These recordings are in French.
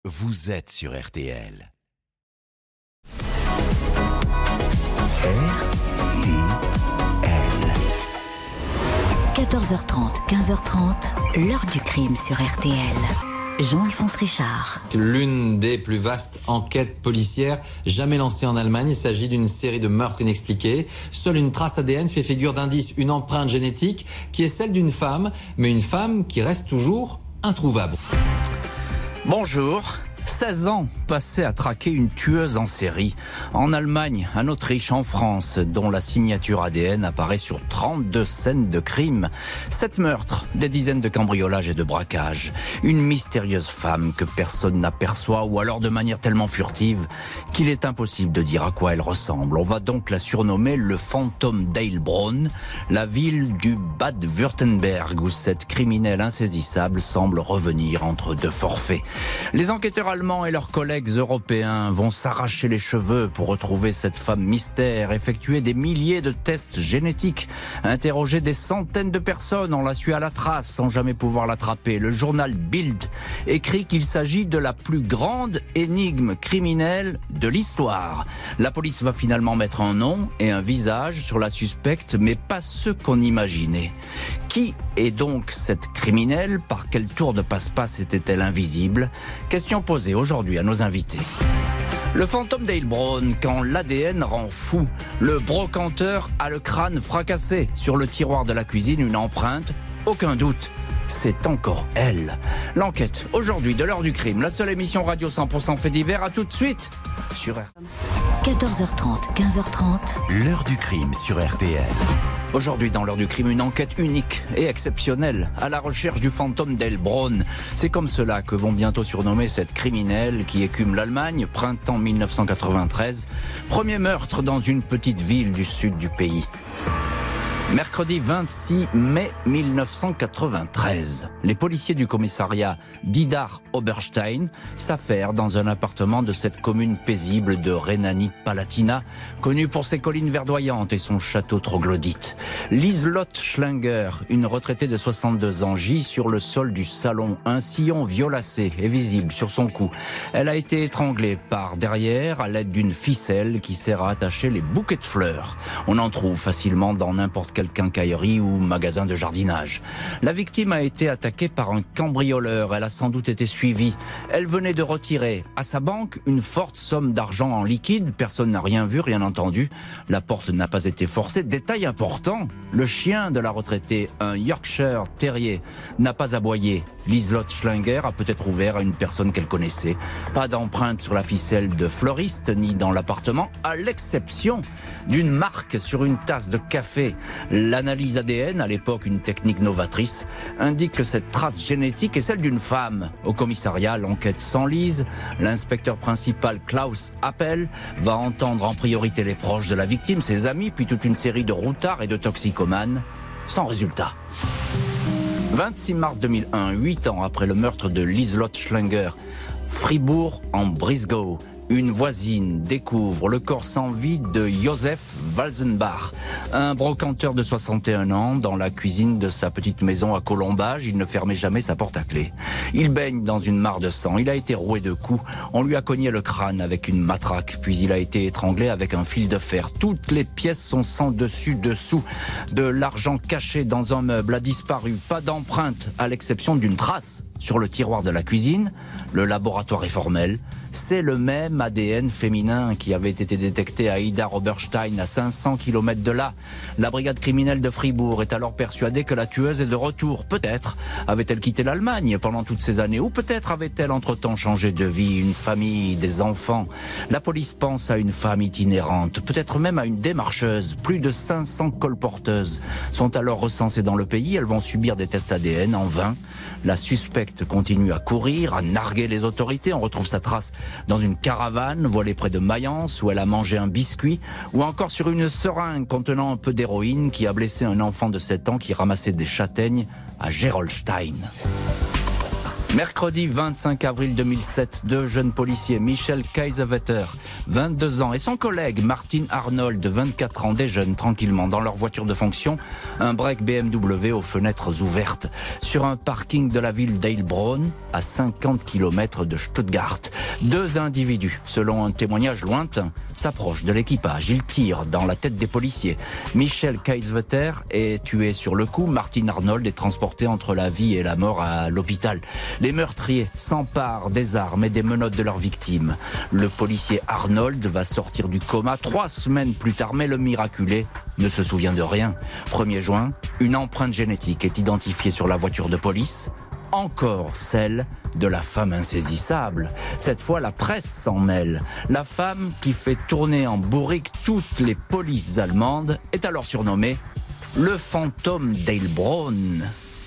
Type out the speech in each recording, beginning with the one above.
vous êtes sur RTL. RTL. 14h30, 15h30, l'heure du crime sur RTL. Jean-Alphonse Richard. L'une des plus vastes enquêtes policières jamais lancées en Allemagne. Il s'agit d'une série de meurtres inexpliqués. Seule une trace ADN fait figure d'indice, une empreinte génétique qui est celle d'une femme, mais une femme qui reste toujours introuvable. Bonjour. 16 ans passés à traquer une tueuse en série. En Allemagne, en Autriche, en France, dont la signature ADN apparaît sur 32 scènes de crime. 7 meurtres, des dizaines de cambriolages et de braquages. Une mystérieuse femme que personne n'aperçoit ou alors de manière tellement furtive qu'il est impossible de dire à quoi elle ressemble. On va donc la surnommer le fantôme d'Heilbronn, la ville du Bade-Württemberg où cette criminelle insaisissable semble revenir entre deux forfaits. Les enquêteurs allemands et leurs collègues européens vont s'arracher les cheveux pour retrouver cette femme mystère, effectuer des milliers de tests génétiques, interroger des centaines de personnes, on l'a su à la trace sans jamais pouvoir l'attraper. Le journal Bild écrit qu'il s'agit de la plus grande énigme criminelle de l'histoire. La police va finalement mettre un nom et un visage sur la suspecte, mais pas ceux qu'on imaginait. Qui est donc cette criminelle? Par quel tour de passe-passe était-elle invisible? Question posée aujourd'hui à nos invités. Le fantôme d'Heilbronn, quand l'ADN rend fou. Le brocanteur a le crâne fracassé. Sur le tiroir de la cuisine, une empreinte, aucun doute. C'est encore elle. L'enquête, aujourd'hui, de l'heure du crime. La seule émission radio 100% fait divers. À tout de suite sur RTL. 14h30, 15h30. L'heure du crime sur RTL. Aujourd'hui, dans l'heure du crime, une enquête unique et exceptionnelle à la recherche du fantôme d'Heilbronn. C'est comme cela que vont bientôt surnommer cette criminelle qui écume l'Allemagne, printemps 1993. Premier meurtre dans une petite ville du sud du pays. Mercredi 26 mai 1993, les policiers du commissariat d'Idar Oberstein s'affairent dans un appartement de cette commune paisible de Rhénanie-Palatinat, connue pour ses collines verdoyantes et son château troglodyte. Lieselotte Schlanger, une retraitée de 62 ans, gît sur le sol du salon. Un sillon violacé est visible sur son cou. Elle a été étranglée par derrière à l'aide d'une ficelle qui sert à attacher les bouquets de fleurs. On en trouve facilement dans n'importe quelle quincaillerie ou magasin de jardinage. La victime a été attaquée par un cambrioleur. Elle a sans doute été suivie. Elle venait de retirer à sa banque une forte somme d'argent en liquide. Personne n'a rien vu, rien entendu. La porte n'a pas été forcée. Détail important, le chien de la retraitée, un Yorkshire Terrier, n'a pas aboyé. Lieselotte Schlanger a peut-être ouvert à une personne qu'elle connaissait. Pas d'empreinte sur la ficelle de fleuriste ni dans l'appartement, à l'exception d'une marque sur une tasse de café. L'analyse ADN, à l'époque une technique novatrice, indique que cette trace génétique est celle d'une femme. Au commissariat, l'enquête s'enlise. L'inspecteur principal Klaus Appel va entendre en priorité les proches de la victime, ses amis, puis toute une série de routards et de toxicomanes, sans résultat. 26 mars 2001, 8 ans après le meurtre de Lieselotte Schlanger, Fribourg en Brisgau. Une voisine découvre le corps sans vie de Josef Walzenbach, un brocanteur de 61 ans dans la cuisine de sa petite maison à Colombage. Il ne fermait jamais sa porte à clé. Il baigne dans une mare de sang. Il a été roué de coups. On lui a cogné le crâne avec une matraque. Puis il a été étranglé avec un fil de fer. Toutes les pièces sont sans dessus-dessous. De l'argent caché dans un meuble a disparu. Pas d'empreinte, à l'exception d'une trace sur le tiroir de la cuisine. Le laboratoire est formel. C'est le même ADN féminin qui avait été détecté à Idar Oberstein, à 500 km de là. La brigade criminelle de Fribourg est alors persuadée que la tueuse est de retour. Peut-être avait-elle quitté l'Allemagne pendant toutes ces années, ou peut-être avait-elle entre-temps changé de vie, une famille, des enfants. La police pense à une femme itinérante, peut-être même à une démarcheuse. Plus de 500 colporteuses sont alors recensées dans le pays. Elles vont subir des tests ADN en vain. La suspecte continue à courir, à narguer les autorités. On retrouve sa trace dans une caravane voilée près de Mayence où elle a mangé un biscuit, ou encore sur une seringue contenant un peu d'héroïne qui a blessé un enfant de 7 ans qui ramassait des châtaignes à Gerolstein. Mercredi 25 avril 2007, deux jeunes policiers, Michel Kaiserwetter, 22 ans, et son collègue Martin Arnold, 24 ans, déjeunent tranquillement dans leur voiture de fonction, un break BMW aux fenêtres ouvertes, sur un parking de la ville d'Heilbronn, à 50 km de Stuttgart. Deux individus, selon un témoignage lointain, s'approchent de l'équipage. Ils tirent dans la tête des policiers. Michel Kaiserwetter est tué sur le coup. Martin Arnold est transporté entre la vie et la mort à l'hôpital. Les meurtriers s'emparent des armes et des menottes de leurs victimes. Le policier Arnold va sortir du coma 3 semaines plus tard, mais le miraculé ne se souvient de rien. 1er juin, une empreinte génétique est identifiée sur la voiture de police. Encore celle de la femme insaisissable. Cette fois, la presse s'en mêle. La femme qui fait tourner en bourrique toutes les polices allemandes est alors surnommée le fantôme d'Heilbronn.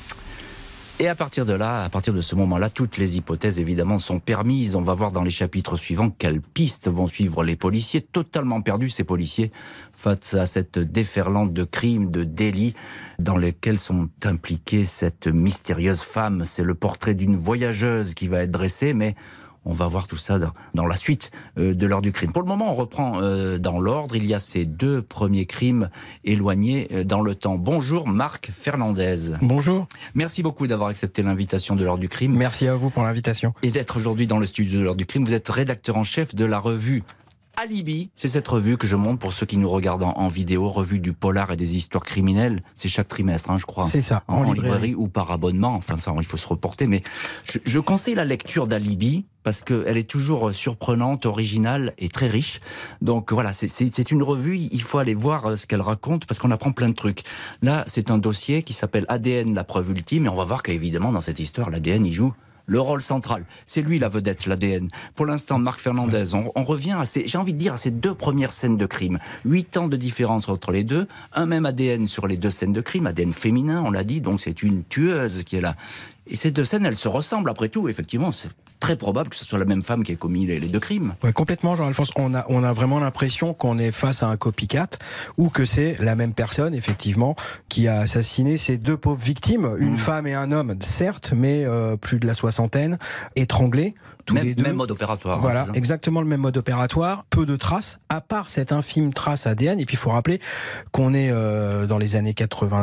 Et à partir de là, à partir de ce moment-là, toutes les hypothèses évidemment sont permises. On va voir dans les chapitres suivants quelles pistes vont suivre les policiers, totalement perdus ces policiers, face à cette déferlante de crimes, de délits dans lesquels sont impliquées cette mystérieuse femme. C'est le portrait d'une voyageuse qui va être dressé, mais on va voir tout ça dans la suite de l'heure du crime. Pour le moment, on reprend dans l'ordre. Il y a ces deux premiers crimes éloignés dans le temps. Bonjour Marc Fernandez. Bonjour. Merci beaucoup d'avoir accepté l'invitation de l'heure du crime. Merci à vous pour l'invitation. Et d'être aujourd'hui dans le studio de l'heure du crime. Vous êtes rédacteur en chef de la revue Alibi, c'est cette revue que je montre pour ceux qui nous regardent en vidéo, revue du polar et des histoires criminelles. C'est chaque trimestre, je crois. C'est ça, en librairie ou par abonnement. Enfin, ça, il faut se reporter. Mais je conseille la lecture d'Alibi parce qu'elle est toujours surprenante, originale et très riche. Donc voilà, c'est une revue, il faut aller voir ce qu'elle raconte parce qu'on apprend plein de trucs. Là, c'est un dossier qui s'appelle ADN, la preuve ultime. Et on va voir qu'évidemment, dans cette histoire, l'ADN, il joue le rôle central. C'est lui la vedette, l'ADN. Pour l'instant, Marc Fernandez, on revient à ces, j'ai envie de dire, à ces deux premières scènes de crime. 8 ans de différence entre les deux, un même ADN sur les deux scènes de crime, ADN féminin, on l'a dit, donc c'est une tueuse qui est là. Et ces deux scènes, elles se ressemblent après tout, effectivement, c'est très probable que ce soit la même femme qui ait commis les deux crimes. Ouais, complètement, Jean-Alphonse. On a vraiment l'impression qu'on est face à un copycat ou que c'est la même personne, effectivement, qui a assassiné ces deux pauvres victimes, une femme et un homme, certes, mais plus de la soixantaine, étranglés. Tous les deux. Même mode opératoire. Voilà, exactement le même mode opératoire. Peu de traces, à part cette infime trace ADN. Et puis il faut rappeler qu'on est dans les années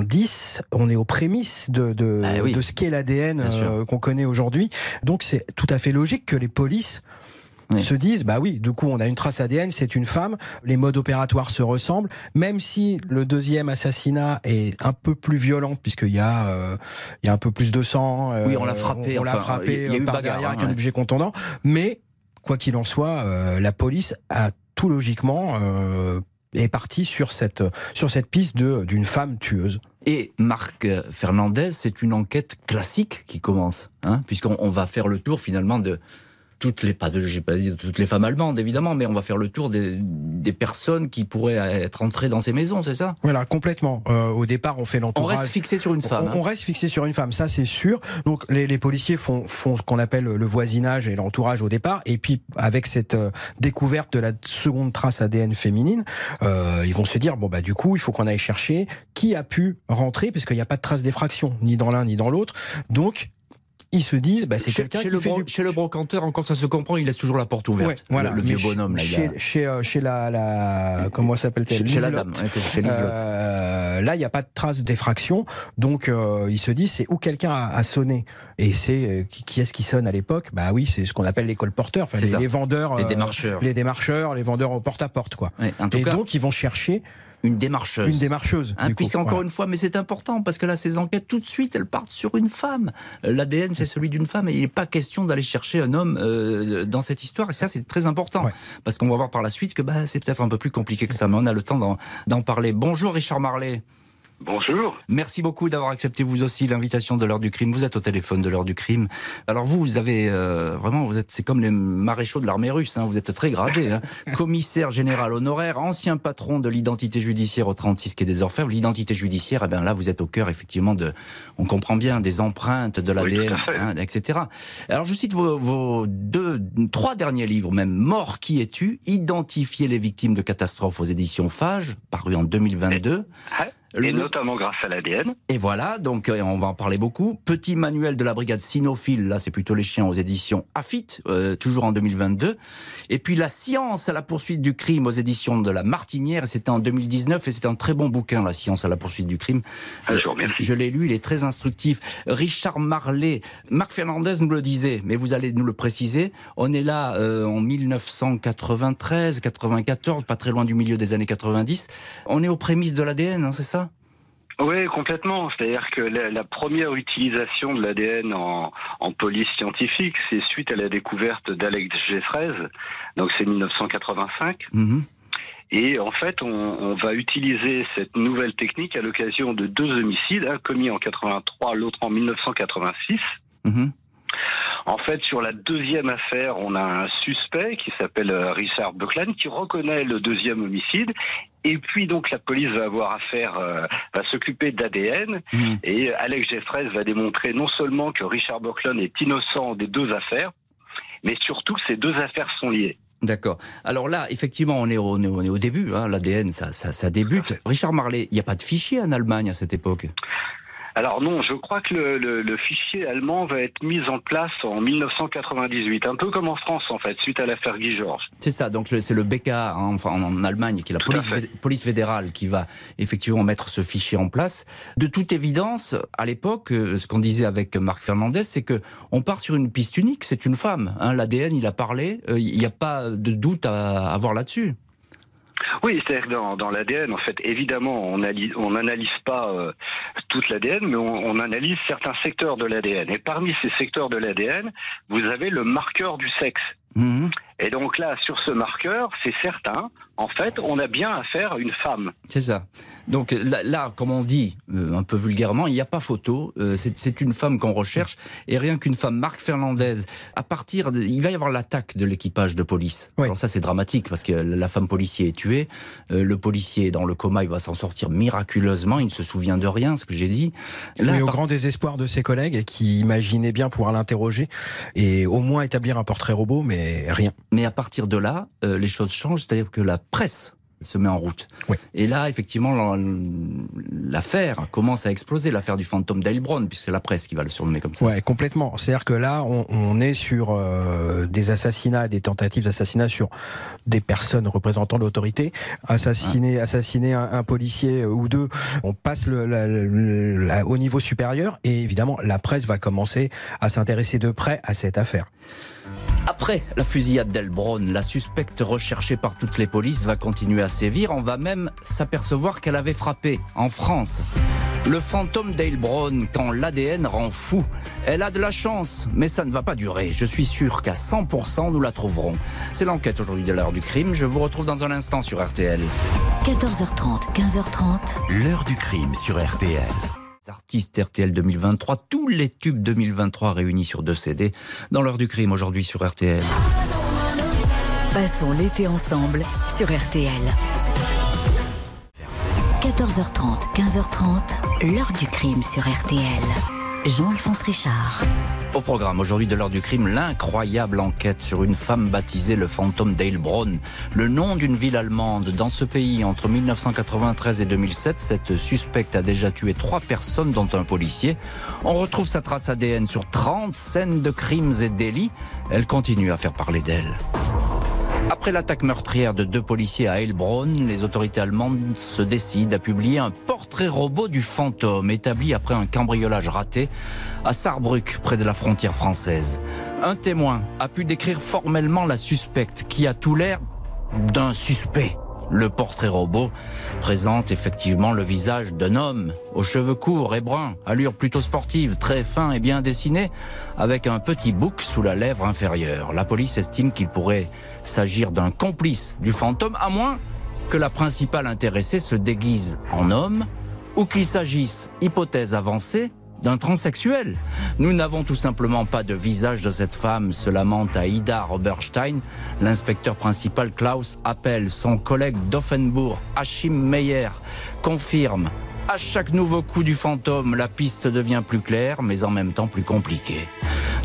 90, on est aux prémices de ce qu'est l'ADN qu'on connaît aujourd'hui. Donc c'est tout à fait logique que les polices se disent, bah oui, du coup on a une trace ADN, c'est une femme, les modes opératoires se ressemblent, même si le deuxième assassinat est un peu plus violent, puisqu'il y a un peu plus de sang, oui, on l'a frappé, il y a eu par derrière avec un objet contondant, mais quoi qu'il en soit, la police a tout logiquement est partie sur cette piste d'une femme tueuse. Et Marc Fernandez, c'est une enquête classique qui commence, puisqu'on va faire le tour finalement de toutes les, j'ai pas dit de toutes les femmes allemandes évidemment, mais on va faire le tour des personnes qui pourraient être entrées dans ces maisons, c'est ça ? Voilà, complètement. Au départ, on fait l'entourage. On reste fixé sur une femme. On reste fixé sur une femme, ça c'est sûr. Donc les policiers font ce qu'on appelle le voisinage et l'entourage au départ, et puis avec cette découverte de la seconde trace ADN féminine, ils vont se dire bon bah du coup il faut qu'on aille chercher qui a pu rentrer, parce qu'il n'y a pas de trace d'effraction ni dans l'un ni dans l'autre. Donc ils se disent, bah, c'est quelqu'un qui fait chez le brocanteur, encore ça se comprend, il laisse toujours la porte ouverte. Ouais, voilà. Le vieux bonhomme, là. Chez la comment s'appelle-t-elle ? Chez la dame. Chez là, il n'y a pas de trace d'effraction. Donc, ils se disent, c'est où quelqu'un a sonné. Et c'est, qui est-ce qui sonne à l'époque ? Bah oui, c'est ce qu'on appelle les colporteurs. Enfin, les vendeurs. Les démarcheurs. Les démarcheurs, les vendeurs au porte-à-porte, quoi. Ouais, donc, ils vont chercher une démarcheuse. Une démarcheuse. Puisqu'encore une fois, mais c'est important, parce que là, ces enquêtes, tout de suite, elles partent sur une femme. L'ADN, c'est celui d'une femme, et il n'est pas question d'aller chercher un homme dans cette histoire, et ça, c'est très important. Ouais. Parce qu'on va voir par la suite que c'est peut-être un peu plus compliqué que ça, mais on a le temps d'en parler. Bonjour Richard Marlet. Bonjour. Merci beaucoup d'avoir accepté vous aussi l'invitation de l'heure du crime. Vous êtes au téléphone de l'heure du crime. Alors vous avez vraiment, c'est comme les maréchaux de l'armée russe. Vous êtes très gradé. Commissaire général honoraire, ancien patron de l'identité judiciaire au 36 quai des Orfèvres. L'identité judiciaire, là vous êtes au cœur effectivement on comprend bien, des empreintes, de l'ADN, etc. Alors je cite vos 3 derniers livres même. Mort, qui es-tu ? Identifier les victimes de catastrophes aux éditions Fage, paru en 2022. Et notamment grâce à l'ADN. Et voilà, donc on va en parler beaucoup. Petit manuel de la brigade cynophile, là c'est plutôt les chiens aux éditions AFIT, toujours en 2022. Et puis La science à la poursuite du crime aux éditions de La Martinière, c'était en 2019 et c'est un très bon bouquin, La science à la poursuite du crime. Je vous remercie. Je l'ai lu, il est très instructif. Richard Marley, Marc Fernandez nous le disait, mais vous allez nous le préciser, on est là en 1993, 94, pas très loin du milieu des années 90. On est aux prémices de l'ADN, hein, c'est ça ? Oui, complètement. C'est-à-dire que la première utilisation de l'ADN en police scientifique, c'est suite à la découverte d'Alex Jeffreys, donc c'est 1985. Mm-hmm. Et en fait, on va utiliser cette nouvelle technique à l'occasion de 2 homicides, un commis en 83, l'autre en 1986. Mm-hmm. En fait, sur la deuxième affaire, on a un suspect qui s'appelle Richard Buckland qui reconnaît le deuxième homicide. Et puis donc la police va avoir affaire, va s'occuper d'ADN. Et Alex Jeffreys va démontrer non seulement que Richard Buckland est innocent des 2 affaires, mais surtout que ces 2 affaires sont liées. D'accord. Alors là, effectivement, on est au début. Hein, l'ADN, ça débute. Richard Marley, il n'y a pas de fichier en Allemagne à cette époque ? Alors non, je crois que le fichier allemand va être mis en place en 1998, un peu comme en France en fait, suite à l'affaire Guy Georges. C'est ça, donc c'est le BKA en Allemagne, qui est la police fédérale, qui va effectivement mettre ce fichier en place. De toute évidence, à l'époque, ce qu'on disait avec Marc Fernandez, c'est que on part sur une piste unique, c'est une femme. Hein, l'ADN, il a parlé, il n'y a pas de doute à avoir là-dessus. Oui, c'est-à-dire que dans l'ADN, en fait, évidemment, on n'analyse pas toute l'ADN, mais on analyse certains secteurs de l'ADN. Et parmi ces secteurs de l'ADN, vous avez le marqueur du sexe. Mmh. Et donc là, sur ce marqueur, c'est certain, en fait, on a bien affaire à une femme. C'est ça. Donc là, comme on dit, un peu vulgairement, il n'y a pas photo, c'est une femme qu'on recherche, et rien qu'une femme, Marc Fernandez, il va y avoir l'attaque de l'équipage de police. Oui. Alors ça, c'est dramatique, parce que la femme policier est tuée, le policier est dans le coma, il va s'en sortir miraculeusement, il ne se souvient de rien, ce que j'ai dit. Là, au grand désespoir de ses collègues, qui imaginaient bien pouvoir l'interroger, et au moins établir un portrait robot, mais rien. Mais à partir de là, les choses changent, c'est-à-dire que la presse se met en route. Oui. Et là, effectivement, l'affaire commence à exploser, l'affaire du fantôme d'Heilbronn, puisque c'est la presse qui va le surnommer comme ça. Ouais, complètement. C'est-à-dire que là, on est sur des assassinats, des tentatives d'assassinat sur des personnes représentant l'autorité. Assassiner un policier ou 2, on passe au niveau supérieur, et évidemment, la presse va commencer à s'intéresser de près à cette affaire. Après la fusillade d'Heilbronn, la suspecte recherchée par toutes les polices va continuer à sévir. On va même s'apercevoir qu'elle avait frappé en France. Le fantôme d'Heilbronn, quand l'ADN rend fou. Elle a de la chance, mais ça ne va pas durer. Je suis sûr qu'à 100%, nous la trouverons. C'est l'enquête aujourd'hui de l'heure du crime. Je vous retrouve dans un instant sur RTL. 14h30, 15h30. L'heure du crime sur RTL. Artistes RTL 2023, tous les tubes 2023 réunis sur 2 CD dans l'heure du crime aujourd'hui sur RTL. Passons l'été ensemble sur RTL. 14h30, 15h30, l'heure du crime sur RTL. Jean-Alphonse Richard. Au programme aujourd'hui de l'heure du crime, l'incroyable enquête sur une femme baptisée le fantôme d'Heilbronn. Le nom d'une ville allemande. Dans ce pays, entre 1993 et 2007, cette suspecte a déjà tué 3 personnes, dont un policier. On retrouve sa trace ADN sur 30 scènes de crimes et délits. Elle continue à faire parler d'elle. Après l'attaque meurtrière de 2 policiers à Heilbronn, les autorités allemandes se décident à publier un portrait robot du fantôme établi après un cambriolage raté à Saarbrück, près de la frontière française. Un témoin a pu décrire formellement la suspecte qui a tout l'air d'un suspect. Le portrait robot présente effectivement le visage d'un homme aux cheveux courts et bruns, allure plutôt sportive, très fin et bien dessiné, avec un petit bouc sous la lèvre inférieure. La police estime qu'il pourrait s'agir d'un complice du fantôme, à moins que la principale intéressée se déguise en homme ou qu'il s'agisse, hypothèse avancée, d'un transsexuel. Nous n'avons tout simplement pas de visage de cette femme, se lamente à Ida Roberstein. L'inspecteur principal Klaus Appel, son collègue d'Offenbourg, Achim Meyer, confirme. À chaque nouveau coup du fantôme, la piste devient plus claire, mais en même temps plus compliquée.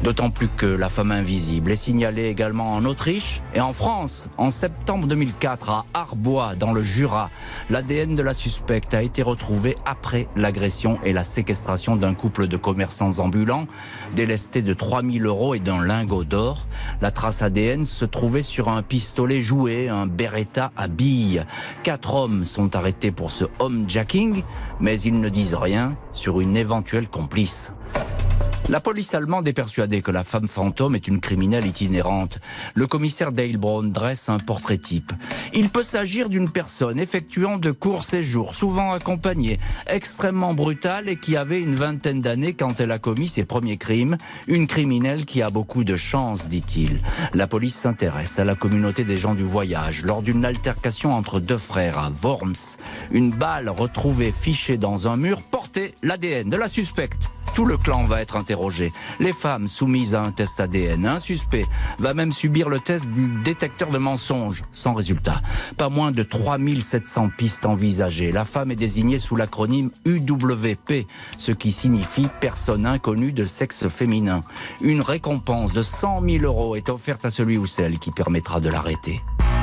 D'autant plus que la femme invisible est signalée également en Autriche et en France. En septembre 2004, à Arbois, dans le Jura, l'ADN de la suspecte a été retrouvé après l'agression et la séquestration d'un couple de commerçants ambulants, délestés de 3 000 € et d'un lingot d'or. La trace ADN se trouvait sur un pistolet jouet, un Beretta à billes. 4 hommes sont arrêtés pour ce homejacking, mais ils ne disent rien sur une éventuelle complice. La police allemande est persuadée que la femme fantôme est une criminelle itinérante. Le commissaire Heilbronn dresse un portrait type. Il peut s'agir d'une personne effectuant de courts séjours, souvent accompagnée, extrêmement brutale et qui avait une vingtaine d'années quand elle a commis ses premiers crimes. Une criminelle qui a beaucoup de chance, dit-il. La police s'intéresse à la communauté des gens du voyage lors d'une altercation entre 2 frères à Worms. Une balle retrouvée fichée dans un mur portait l'ADN de la suspecte. Tout le clan va être interrogé. Les femmes soumises à un test ADN. Un suspect va même subir le test du détecteur de mensonges, sans résultat. Pas moins de 3700 pistes envisagées. La femme est désignée sous l'acronyme UWP, ce qui signifie personne inconnue de sexe féminin. Une récompense de 100 000 € est offerte à celui ou celle qui permettra de l'arrêter.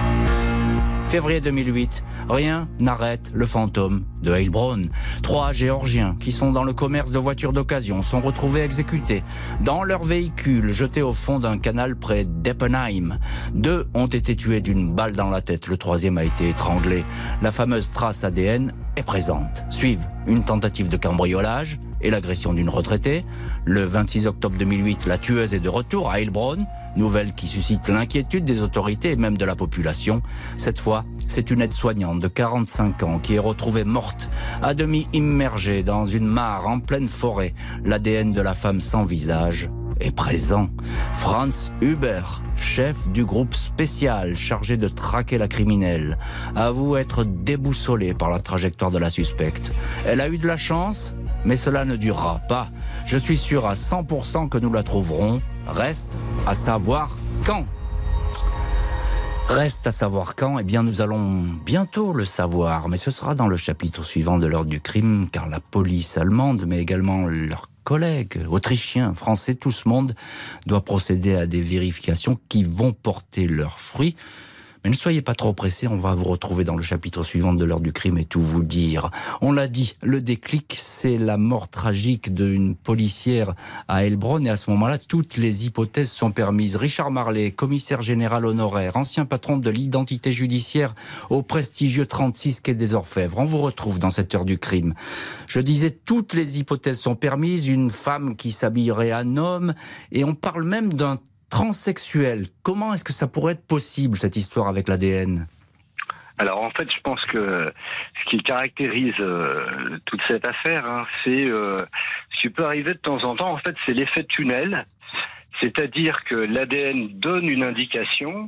Février 2008, rien n'arrête le fantôme de Heilbronn. 3 Géorgiens qui sont dans le commerce de voitures d'occasion sont retrouvés exécutés dans leur véhicule jeté au fond d'un canal près d'Eppenheim. 2 ont été tués d'une balle dans la tête, le 3e a été étranglé. La fameuse trace ADN est présente. Suivent une tentative de cambriolage et l'agression d'une retraitée. Le 26 octobre 2008, la tueuse est de retour à Heilbronn. Nouvelle qui suscite l'inquiétude des autorités et même de la population. Cette fois, c'est une aide-soignante de 45 ans qui est retrouvée morte, à demi immergée dans une mare en pleine forêt. L'ADN de la femme sans visage est présent. Franz Huber, chef du groupe spécial chargé de traquer la criminelle, avoue être déboussolé par la trajectoire de la suspecte. Elle a eu de la chance, mais cela ne durera pas. Je suis sûr à 100% que nous la trouverons. Reste à savoir quand. Reste à savoir quand, eh bien nous allons bientôt le savoir, mais ce sera dans le chapitre suivant de l'heure du crime, car la police allemande, mais également leurs collègues autrichiens, français, tout ce monde doit procéder à des vérifications qui vont porter leurs fruits. Mais ne soyez pas trop pressés, on va vous retrouver dans le chapitre suivant de l'heure du crime et tout vous dire. On l'a dit, le déclic, c'est la mort tragique d'une policière à Heilbronn, et à ce moment-là, toutes les hypothèses sont permises. Richard Marley, commissaire général honoraire, ancien patron de l'identité judiciaire au prestigieux 36 quai des Orfèvres. On vous retrouve dans cette heure du crime. Je disais, toutes les hypothèses sont permises, une femme qui s'habillerait en homme, et on parle même d'un transsexuel. Comment est-ce que ça pourrait être possible, cette histoire avec l'ADN ? Alors en fait, je pense que ce qui caractérise toute cette affaire, c'est ce qui peut arriver de temps en temps, en fait, c'est l'effet tunnel. C'est-à-dire que l'ADN donne une indication,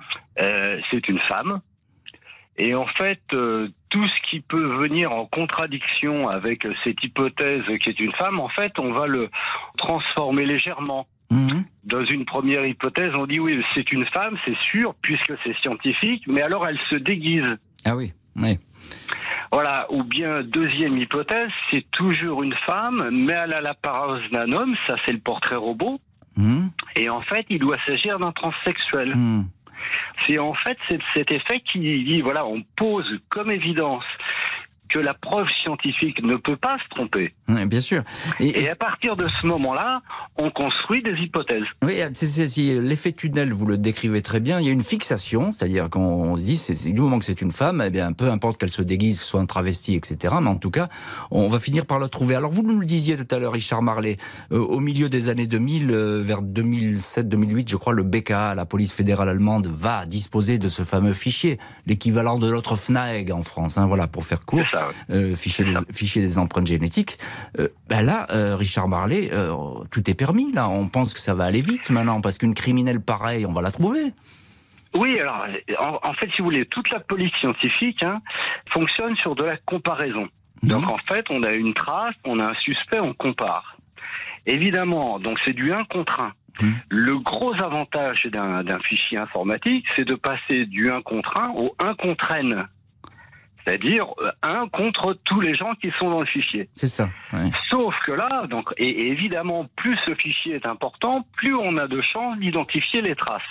c'est une femme, et en fait, tout ce qui peut venir en contradiction avec cette hypothèse qui est une femme, en fait, on va le transformer légèrement. Dans une première hypothèse, on dit oui, c'est une femme, c'est sûr, puisque c'est scientifique, mais alors elle se déguise. Ah oui, oui. Voilà, ou bien deuxième hypothèse, c'est toujours une femme, mais elle a l'apparence d'un homme, ça c'est le portrait robot, et en fait, il doit s'agir d'un transsexuel. C'est en fait cet effet qui dit, voilà, on pose comme évidence que la preuve scientifique ne peut pas se tromper. Oui, bien sûr. Et à partir de ce moment-là, on construit des hypothèses. Oui, c'est l'effet tunnel, vous le décrivez très bien. Il y a une fixation, c'est-à-dire qu'on se dit, du moment que c'est une femme, eh bien, peu importe qu'elle se déguise, que ce soit un travesti, etc., mais en tout cas, on va finir par la trouver. Alors, vous nous le disiez tout à l'heure, Richard Marley, au milieu des années 2000, vers 2007-2008, je crois, le BKA, la police fédérale allemande, va disposer de ce fameux fichier, l'équivalent de notre FNAEG en France, voilà, pour faire court. C'est ça. Fichier des empreintes génétiques. Là, Richard Marley, tout est permis. Là, on pense que ça va aller vite maintenant, parce qu'une criminelle pareille, on va la trouver. Oui, alors, en fait, si vous voulez, toute la police scientifique fonctionne sur de la comparaison. Donc, en fait, on a une trace, on a un suspect, on compare. Évidemment, donc c'est du 1 contre 1. Le gros avantage d'un fichier informatique, c'est de passer du 1 contre 1 au 1 contre N. C'est-à-dire 1 contre tous les gens qui sont dans le fichier. C'est ça. Ouais. Sauf que là, donc, et évidemment, plus ce fichier est important, plus on a de chances d'identifier les traces.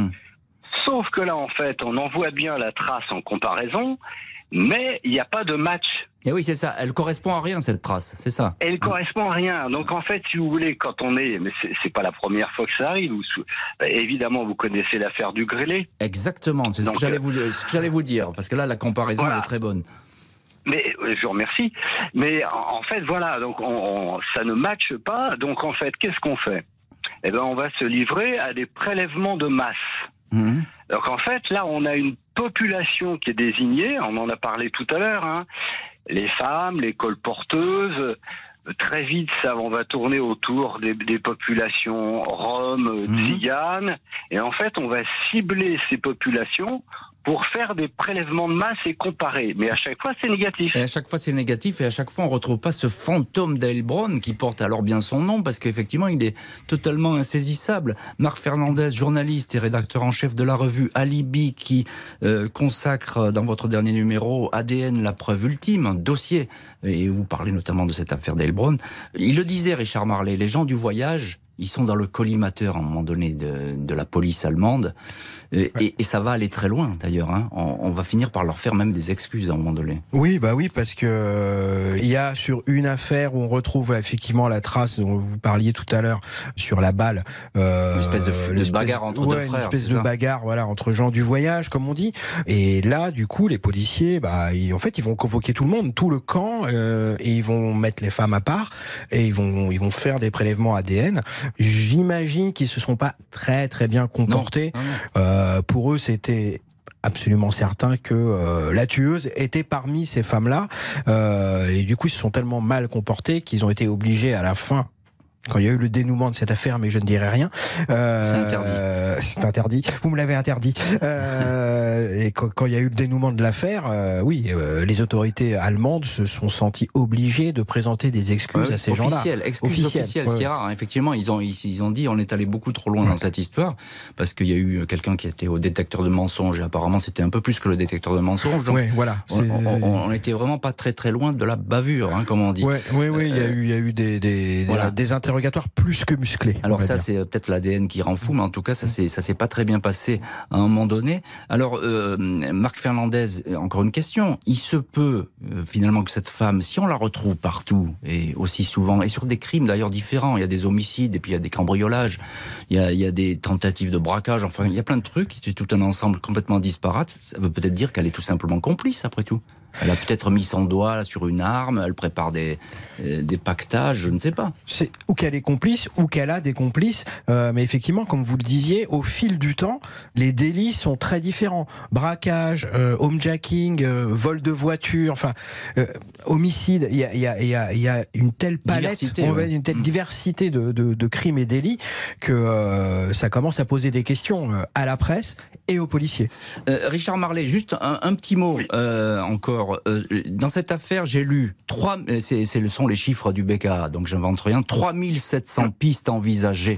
Sauf que là, en fait, on envoie bien la trace en comparaison, mais il n'y a pas de match. Et oui, c'est ça. Elle correspond à rien, cette trace. C'est ça. Elle correspond à rien. Donc, en fait, si vous voulez, quand on est... Mais c'est pas la première fois que ça arrive. Évidemment, vous connaissez l'affaire du grêlé. Exactement. C'est ce que j'allais vous dire. Parce que là, la comparaison, elle est très bonne. Mais je vous remercie. Mais en fait, voilà. Donc, ça ne matche pas. Donc, en fait, qu'est-ce qu'on fait? Eh ben, on va se livrer à des prélèvements de masse. Donc, en fait, là, on a une population qui est désignée. On en a parlé tout à l'heure, hein. Les femmes, les colporteuses, très vite, ça, on va tourner autour des populations roms, tziganes, et en fait, on va cibler ces populations pour faire des prélèvements de masse et comparer. Mais à chaque fois, c'est négatif. Et à chaque fois, c'est négatif, et à chaque fois, on ne retrouve pas ce fantôme d'Heilbronn qui porte alors bien son nom, parce qu'effectivement, il est totalement insaisissable. Marc Fernandez, journaliste et rédacteur en chef de la revue Alibi, qui consacre dans votre dernier numéro ADN, la preuve ultime, un dossier, et vous parlez notamment de cette affaire d'Heilbronn. Il le disait, Richard Marley, les gens du voyage, ils sont dans le collimateur à un moment donné de la police allemande. Et ça va aller très loin d'ailleurs. Hein. On va finir par leur faire même des excuses à un moment donné. Oui, bah oui, parce que il y a sur une affaire où on retrouve effectivement la trace dont vous parliez tout à l'heure sur la balle. Une espèce de bagarre entre deux frères. Une espèce de bagarre, voilà, entre gens du voyage, comme on dit. Et là, du coup, les policiers, en fait, ils vont convoquer tout le monde, tout le camp, et ils vont mettre les femmes à part, et ils vont faire des prélèvements ADN. J'imagine qu'ils se sont pas très très bien comportés. Non. Pour eux, c'était absolument certain que la tueuse était parmi ces femmes-là. Et du coup, ils se sont tellement mal comportés qu'ils ont été obligés à la fin, quand il y a eu le dénouement de cette affaire, mais je ne dirai rien. C'est interdit. C'est interdit. Vous me l'avez interdit. Et quand il y a eu le dénouement de l'affaire, les autorités allemandes se sont senties obligées de présenter des excuses à ces gens-là. Excuses officielles, ce qui est rare. Hein. Effectivement, ils ont dit on est allé beaucoup trop loin dans cette histoire, parce qu'il y a eu quelqu'un qui était au détecteur de mensonges, et apparemment c'était un peu plus que le détecteur de mensonges. Donc voilà. On était vraiment pas très très loin de la bavure, hein, comme on dit. Il y a eu des interrogatoires plus que musclés. Alors ça, c'est peut-être l'ADN qui rend fou, mais en tout cas, ça s'est pas très bien passé à un moment donné. Alors, Marc Fernandez, encore une question. Il se peut, finalement, que cette femme, si on la retrouve partout, et aussi souvent, et sur des crimes d'ailleurs différents, il y a des homicides, et puis il y a des cambriolages, il y a des tentatives de braquage, enfin, il y a plein de trucs, c'est tout un ensemble complètement disparate. Ça veut peut-être dire qu'elle est tout simplement complice, après tout. Elle a peut-être mis son doigt là, sur une arme, elle prépare des pactages, je ne sais pas. C'est ou qu'elle est complice, ou qu'elle a des complices. Mais effectivement, comme vous le disiez, au fil du temps, les délits sont très différents. Braquage, homejacking, vol de voiture, enfin, homicide. Il y a une telle palette, une telle diversité de crimes et délits que ça commence à poser des questions à la presse et aux policiers. Richard Marley, juste un petit mot encore. Dans cette affaire, j'ai lu ce sont les chiffres du BKA, donc j'invente rien, 3700 pistes envisagées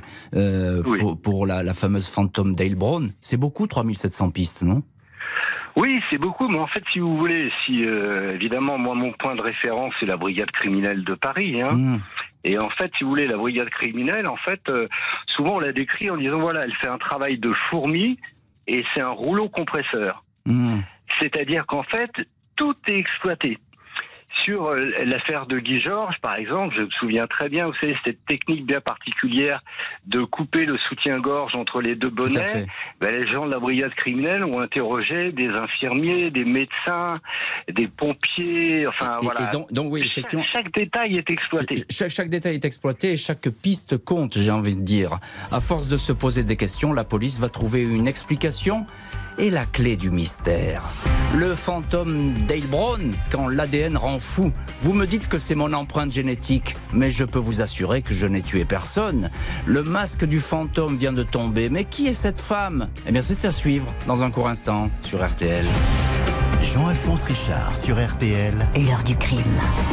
pour la fameuse fantôme d'Heilbronn. C'est beaucoup, 3700 pistes, non ? Oui, c'est beaucoup, mais en fait, si vous voulez, évidemment, moi, mon point de référence, c'est la brigade criminelle de Paris, hein. Et en fait, si vous voulez, la brigade criminelle, en fait, souvent on la décrit en disant, voilà, elle fait un travail de fourmi, et c'est un rouleau compresseur. C'est-à-dire qu'en fait, tout est exploité. Sur l'affaire de Guy Georges, par exemple, je me souviens très bien, vous savez, cette technique bien particulière de couper le soutien-gorge entre les deux bonnets. Les gens de la brigade criminelle ont interrogé des infirmiers, des médecins, des pompiers, enfin voilà. Donc oui, effectivement. Chaque détail est exploité. Chaque détail est exploité et chaque piste compte, j'ai envie de dire. À force de se poser des questions, la police va trouver une explication et la clé du mystère. Le fantôme d'Heilbronn, quand l'ADN rend fou. Vous me dites que c'est mon empreinte génétique, mais je peux vous assurer que je n'ai tué personne. Le masque du fantôme vient de tomber, mais qui est cette femme ? Eh bien, c'est à suivre dans un court instant sur RTL. Jean-Alphonse Richard sur RTL. L'heure du crime.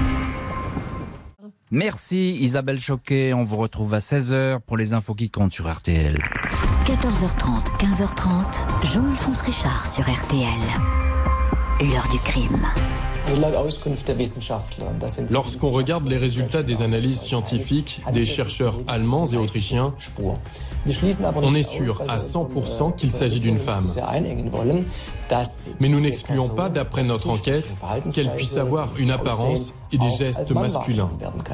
Merci Isabelle Choquet, on vous retrouve à 16h pour les infos qui comptent sur RTL. 14h30, 15h30, Jean-Alphonse Richard sur RTL. l'heure du crime. Lorsqu'on regarde les résultats des analyses scientifiques des chercheurs allemands et autrichiens, on est sûr à 100% qu'il s'agit d'une femme. Mais nous n'excluons pas, d'après notre enquête, qu'elle puisse avoir une apparence et des gestes masculins.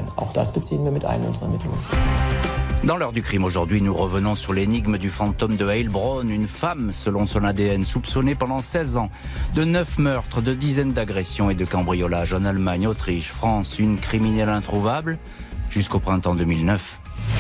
Dans l'heure du crime aujourd'hui, nous revenons sur l'énigme du fantôme de Heilbronn, une femme, selon son ADN, soupçonnée pendant 16 ans de 9 meurtres, de dizaines d'agressions et de cambriolages en Allemagne, Autriche, France, une criminelle introuvable jusqu'au printemps 2009.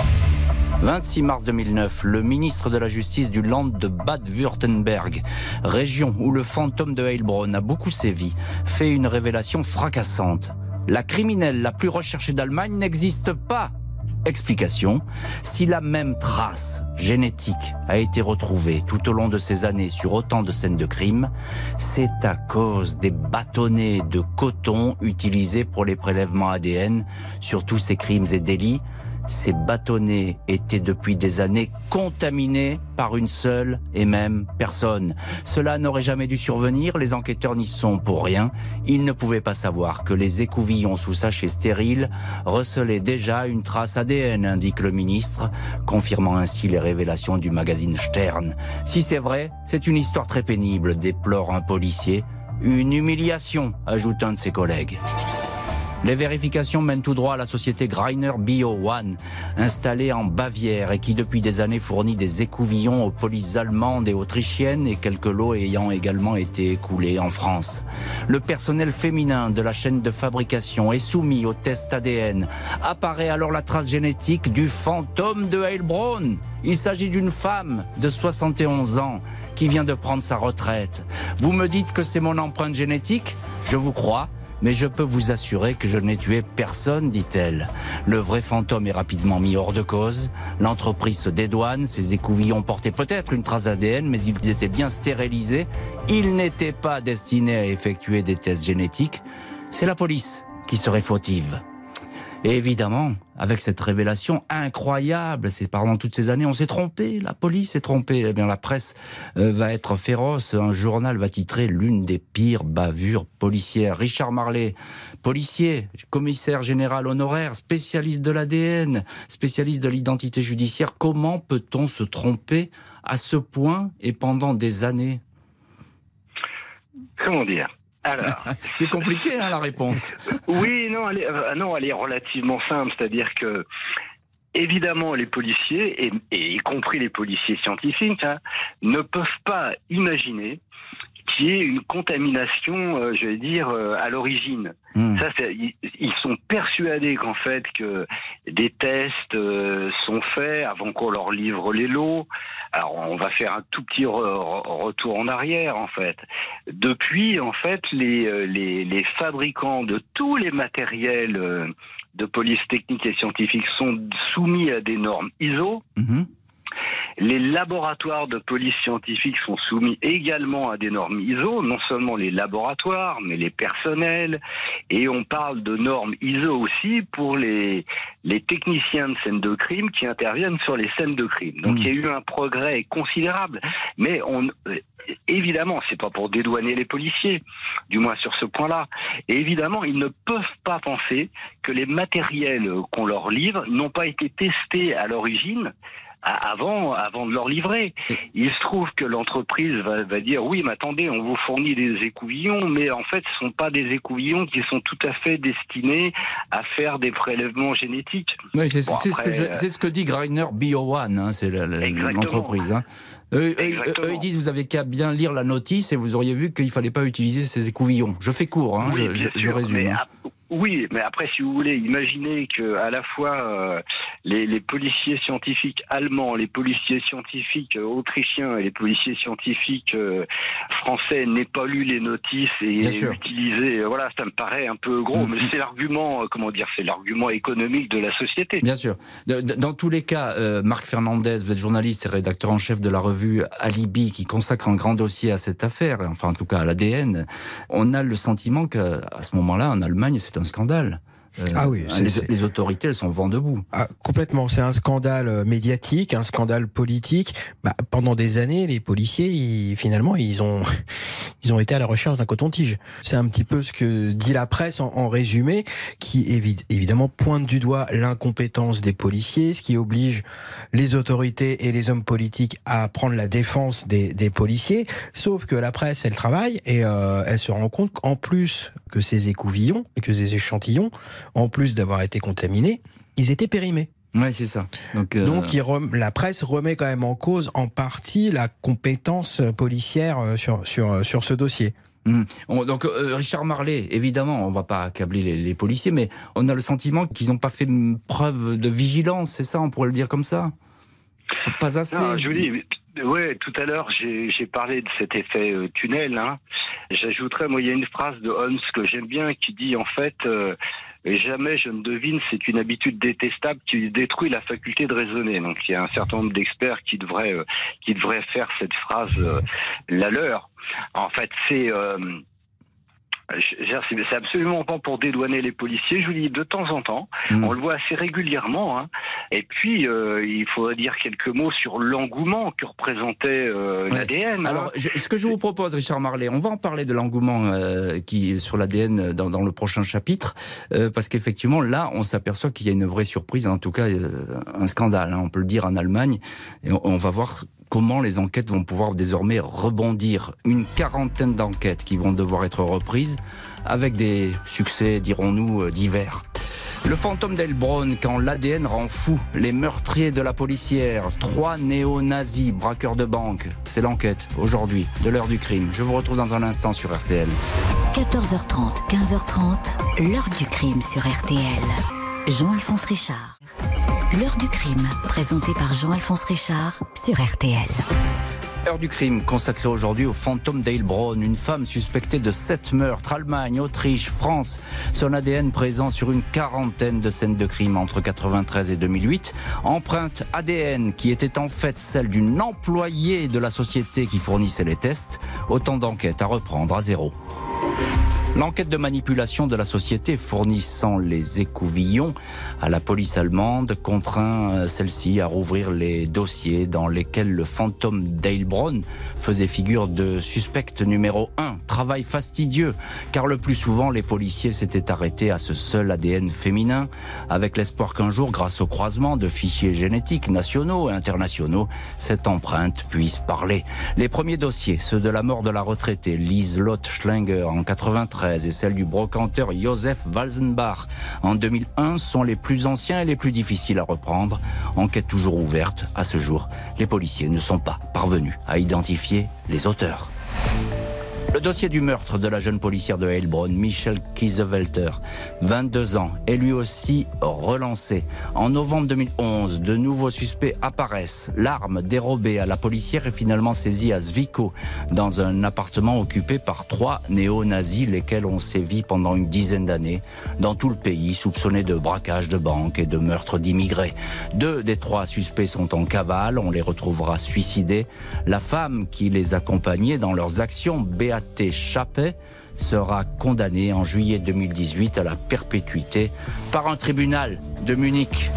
26 mars 2009, le ministre de la Justice du Land de Bade-Württemberg, région où le fantôme de Heilbronn a beaucoup sévi, fait une révélation fracassante. La criminelle la plus recherchée d'Allemagne n'existe pas. Explication, si la même trace génétique a été retrouvée tout au long de ces années sur autant de scènes de crime, c'est à cause des bâtonnets de coton utilisés pour les prélèvements ADN sur tous ces crimes et délits. Ces bâtonnets étaient depuis des années contaminés par une seule et même personne. Cela n'aurait jamais dû survenir, les enquêteurs n'y sont pour rien. Ils ne pouvaient pas savoir que les écouvillons sous sachet stérile recelaient déjà une trace ADN, indique le ministre, confirmant ainsi les révélations du magazine Stern. Si c'est vrai, c'est une histoire très pénible, déplore un policier. Une humiliation, ajoute un de ses collègues. Les vérifications mènent tout droit à la société Greiner Bio One, installée en Bavière et qui depuis des années fournit des écouvillons aux polices allemandes et autrichiennes et quelques lots ayant également été écoulés en France. Le personnel féminin de la chaîne de fabrication est soumis au test ADN. Apparaît alors la trace génétique du fantôme de Heilbronn. Il s'agit d'une femme de 71 ans qui vient de prendre sa retraite. Vous me dites que c'est mon empreinte génétique ? Je vous crois. Mais je peux vous assurer que je n'ai tué personne, dit-elle. Le vrai fantôme est rapidement mis hors de cause. L'entreprise se dédouane. Ces écouvillons portaient peut-être une trace ADN, mais ils étaient bien stérilisés. Ils n'étaient pas destinés à effectuer des tests génétiques. C'est la police qui serait fautive. Et évidemment, avec cette révélation incroyable, c'est pendant toutes ces années, on s'est trompé, la police s'est trompée. Eh bien, la presse va être féroce. Un journal va titrer l'une des pires bavures policières. Richard Marley, policier, commissaire général honoraire, spécialiste de l'ADN, spécialiste de l'identité judiciaire. Comment peut-on se tromper à ce point et pendant des années ? Comment dire ? Alors, c'est compliqué, hein, la réponse. Oui, non, elle est relativement simple. C'est-à-dire que, évidemment, les policiers, et y compris les policiers scientifiques, ne peuvent pas imaginer qu'il y ait une contamination, à l'origine. Ça, ils sont persuadés qu'en fait que des tests sont faits avant qu'on leur livre les lots. Alors, on va faire un tout petit retour en arrière, en fait. Depuis, en fait, les fabricants de tous les matériels de police technique et scientifique sont soumis à des normes ISO. Les laboratoires de police scientifique sont soumis également à des normes ISO, non seulement les laboratoires, mais les personnels. Et on parle de normes ISO aussi pour les techniciens de scènes de crime qui interviennent sur les scènes de crime. Donc il y a eu un progrès considérable. Mais évidemment, c'est pas pour dédouaner les policiers, du moins sur ce point-là. Et évidemment, ils ne peuvent pas penser que les matériels qu'on leur livre n'ont pas été testés à l'origine avant de leur livrer. Il se trouve que l'entreprise va dire oui, mais attendez, on vous fournit des écouvillons, mais en fait, ce sont pas des écouvillons qui sont tout à fait destinés à faire des prélèvements génétiques. Oui, c'est ce que dit Greiner Bio One, hein, c'est l'entreprise. Hein. Eux, ils disent vous avez qu'à bien lire la notice et vous auriez vu qu'il fallait pas utiliser ces écouvillons. Je fais court, hein, oui, je résume. Oui, mais après, si vous voulez, imaginez que à la fois les policiers scientifiques allemands, les policiers scientifiques autrichiens et les policiers scientifiques français n'aient pas lu les notices et utilisé. Voilà, ça me paraît un peu gros, mais c'est l'argument, c'est l'argument économique de la société. Bien sûr. Dans tous les cas, Marc Fernandez, vous êtes journaliste et rédacteur en chef de la revue Alibi, qui consacre un grand dossier à cette affaire, enfin en tout cas à l'ADN. On a le sentiment qu'à ce moment-là, en Allemagne, c'est un scandale. Les autorités, elles sont vent debout. Complètement. C'est un scandale médiatique, un scandale politique. Pendant des années, les policiers, ils ont été à la recherche d'un coton-tige. C'est un petit peu ce que dit la presse en résumé, qui évidemment pointe du doigt l'incompétence des policiers, ce qui oblige les autorités et les hommes politiques à prendre la défense des policiers. Sauf que la presse, elle travaille et elle se rend compte qu'en plus que ces écouvillons et que ces échantillons, en plus d'avoir été contaminés, ils étaient périmés. Ouais, c'est ça. Donc la presse remet quand même en cause en partie la compétence policière sur ce dossier. Donc Richard Marley, évidemment, on va pas accabler les policiers, mais on a le sentiment qu'ils n'ont pas fait preuve de vigilance, c'est ça, on pourrait le dire comme ça ? Pas assez. Non, Julie, ouais, tout à l'heure j'ai parlé de cet effet tunnel. J'ajouterais, moi, il y a une phrase de Holmes que j'aime bien qui dit en fait. Et jamais je ne devine, c'est une habitude détestable qui détruit la faculté de raisonner. Donc il y a un certain nombre d'experts qui devraient faire cette phrase la leur. En fait, c'est absolument pas pour dédouaner les policiers, je vous dis, de temps en temps, on le voit assez régulièrement. Et puis, il faudrait dire quelques mots sur l'engouement que représentait l'ADN. Alors, ce que je vous propose, Richard Marley, on va en parler de l'engouement qui sur l'ADN dans le prochain chapitre, parce qu'effectivement, là, on s'aperçoit qu'il y a une vraie surprise, en tout cas, un scandale, on peut le dire, en Allemagne, et on va voir comment les enquêtes vont pouvoir désormais rebondir. Une quarantaine d'enquêtes qui vont devoir être reprises avec des succès, dirons-nous, divers. Le fantôme d'Heilbronn, quand l'ADN rend fou les meurtriers de la policière, 3 néo-nazis braqueurs de banque. C'est l'enquête, aujourd'hui, de l'heure du crime. Je vous retrouve dans un instant sur RTL. 14h30, 15h30, l'heure du crime sur RTL. Jean-Alphonse Richard. L'heure du crime, présentée par Jean-Alphonse Richard sur RTL. Heure du crime consacrée aujourd'hui au fantôme d'Heilbronn, une femme suspectée de 7 meurtres, Allemagne, Autriche, France. Son ADN présent sur une quarantaine de scènes de crime entre 1993 et 2008. Empreinte ADN qui était en fait celle d'une employée de la société qui fournissait les tests. Autant d'enquêtes à reprendre à zéro. L'enquête de manipulation de la société fournissant les écouvillons à la police allemande contraint celle-ci à rouvrir les dossiers dans lesquels le fantôme d'Heilbronn faisait figure de suspect numéro 1. Travail fastidieux, car le plus souvent les policiers s'étaient arrêtés à ce seul ADN féminin, avec l'espoir qu'un jour, grâce au croisement de fichiers génétiques nationaux et internationaux, cette empreinte puisse parler. Les premiers dossiers, ceux de la mort de la retraitée Lieselotte Schlinger en 1993, et celle du brocanteur Josef Walzenbach en 2001 sont les plus anciens et les plus difficiles à reprendre. Enquête toujours ouverte. À ce jour, les policiers ne sont pas parvenus à identifier les auteurs. Le dossier du meurtre de la jeune policière de Heilbronn, Michelle Kiesewetter, 22 ans, est lui aussi relancé. En novembre 2011, de nouveaux suspects apparaissent. L'arme dérobée à la policière est finalement saisie à Zwickau, dans un appartement occupé par 3 néo-nazis, lesquels ont sévi pendant une dizaine d'années dans tout le pays, soupçonnés de braquage de banques et de meurtre d'immigrés. 2 des 3 suspects sont en cavale, on les retrouvera suicidés. La femme qui les accompagnait dans leurs actions, Beate Chappet, sera condamnée en juillet 2018 à la perpétuité par un tribunal de Munich.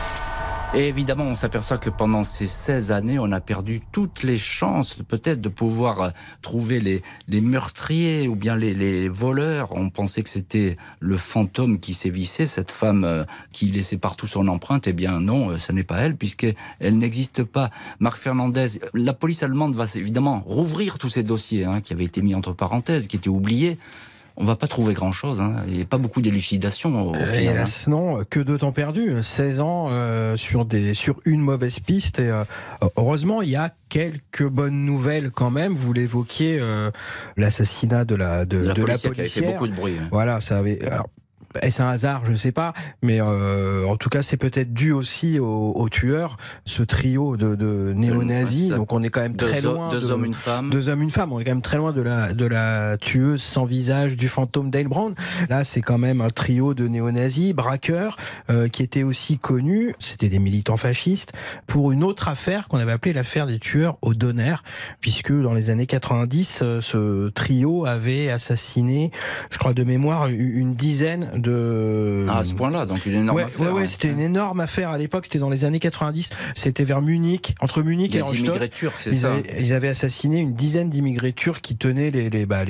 Et évidemment, on s'aperçoit que pendant ces 16 années, on a perdu toutes les chances peut-être de pouvoir trouver les meurtriers ou bien les voleurs. On pensait que c'était le fantôme qui sévissait, cette femme qui laissait partout son empreinte. Eh bien non, ce n'est pas elle, puisqu'elle n'existe pas. Marc Fernandez, la police allemande va évidemment rouvrir tous ces dossiers qui avaient été mis entre parenthèses, qui étaient oubliés. On va pas trouver grand-chose, il n'y a pas beaucoup d'élucidation au final. Hélas, non, que de temps perdu, 16 ans sur une mauvaise piste. Et, heureusement, il y a quelques bonnes nouvelles quand même. Vous l'évoquiez, l'assassinat de la policière. Qui avait fait beaucoup de bruit. Voilà, ça avait... Alors, est-ce un hasard? Je ne sais pas, mais en tout cas, c'est peut-être dû aussi au tueur, ce trio de néo-nazis. Donc, on est quand même très loin. 2 hommes, une femme. 2 hommes, une femme. On est quand même très loin de la tueuse sans visage du fantôme d'Heilbronn. Là, c'est quand même un trio de néo-nazis, braqueurs, qui étaient aussi connus. C'était des militants fascistes pour une autre affaire qu'on avait appelée l'affaire des tueurs au Donner, puisque dans les années 90, ce trio avait assassiné, je crois de mémoire, une dizaine à ce point-là, donc une énorme affaire. Ouais, c'était une énorme affaire à l'époque, c'était dans les années 90, c'était vers Munich, entre Munich et Rostock. Les immigrés turcs, c'est ça. Ils avaient assassiné une dizaine d'immigrés turcs qui tenaient les